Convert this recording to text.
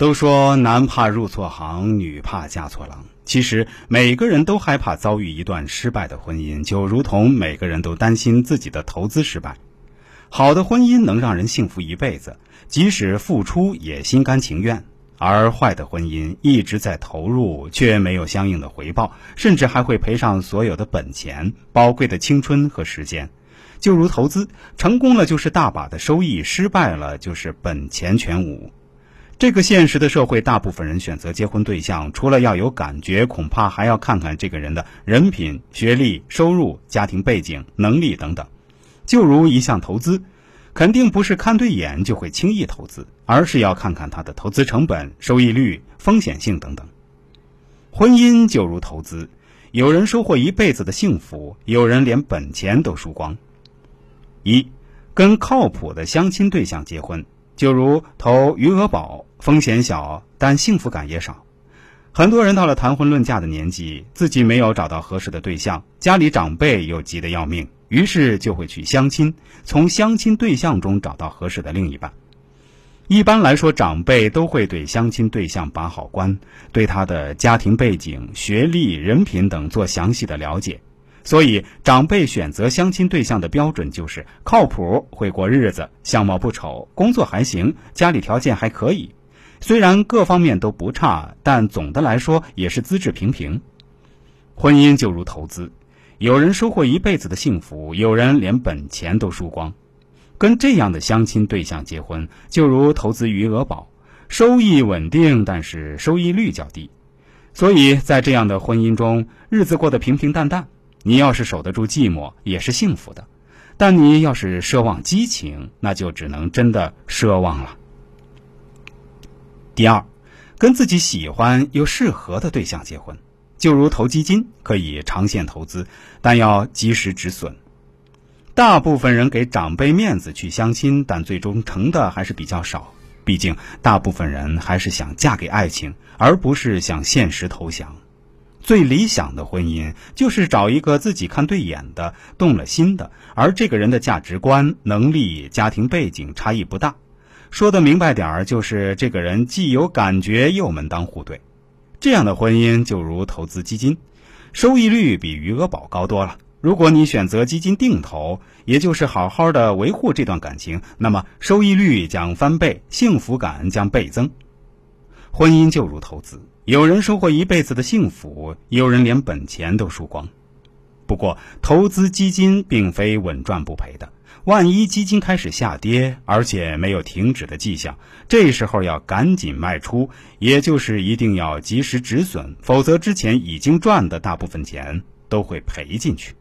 都说男怕入错行，女怕嫁错郎。其实每个人都害怕遭遇一段失败的婚姻，就如同每个人都担心自己的投资失败。好的婚姻能让人幸福一辈子，即使付出也心甘情愿，而坏的婚姻一直在投入，却没有相应的回报，甚至还会赔上所有的本钱、宝贵的青春和时间。就如投资，成功了就是大把的收益，失败了就是本钱全无。这个现实的社会，大部分人选择结婚对象，除了要有感觉，恐怕还要看看这个人的人品、学历、收入、家庭背景、能力等等。就如一项投资，肯定不是看对眼就会轻易投资，而是要看看它的投资成本、收益率、风险性等等。婚姻就如投资，有人收获一辈子的幸福，有人连本钱都输光。一，跟靠谱的相亲对象结婚，就如投余额宝，风险小，但幸福感也少。很多人到了谈婚论嫁的年纪，自己没有找到合适的对象，家里长辈又急得要命，于是就会去相亲，从相亲对象中找到合适的另一半。一般来说，长辈都会对相亲对象把好关，对他的家庭背景、学历、人品等做详细的了解。所以长辈选择相亲对象的标准就是靠谱，会过日子，相貌不丑，工作还行，家里条件还可以。虽然各方面都不差，但总的来说也是资质平平。婚姻就如投资，有人收获一辈子的幸福，有人连本钱都输光。跟这样的相亲对象结婚，就如投资余额宝，收益稳定，但是收益率较低。所以在这样的婚姻中，日子过得平平淡淡，你要是守得住寂寞，也是幸福的。但你要是奢望激情，那就只能真的奢望了。第二，跟自己喜欢又适合的对象结婚，就如投基金，可以长线投资，但要及时止损。大部分人给长辈面子去相亲，但最终成的还是比较少。毕竟大部分人还是想嫁给爱情，而不是向现实投降。最理想的婚姻就是找一个自己看对眼的，动了心的，而这个人的价值观、能力、家庭背景差异不大。说得明白点儿，就是这个人既有感觉又门当户对。这样的婚姻就如投资基金，收益率比余额宝高多了。如果你选择基金定投，也就是好好的维护这段感情，那么收益率将翻倍，幸福感将倍增。婚姻就如投资，有人收获一辈子的幸福，有人连本钱都输光。不过投资基金并非稳赚不赔的，万一基金开始下跌，而且没有停止的迹象，这时候要赶紧卖出，也就是一定要及时止损，否则之前已经赚的大部分钱都会赔进去。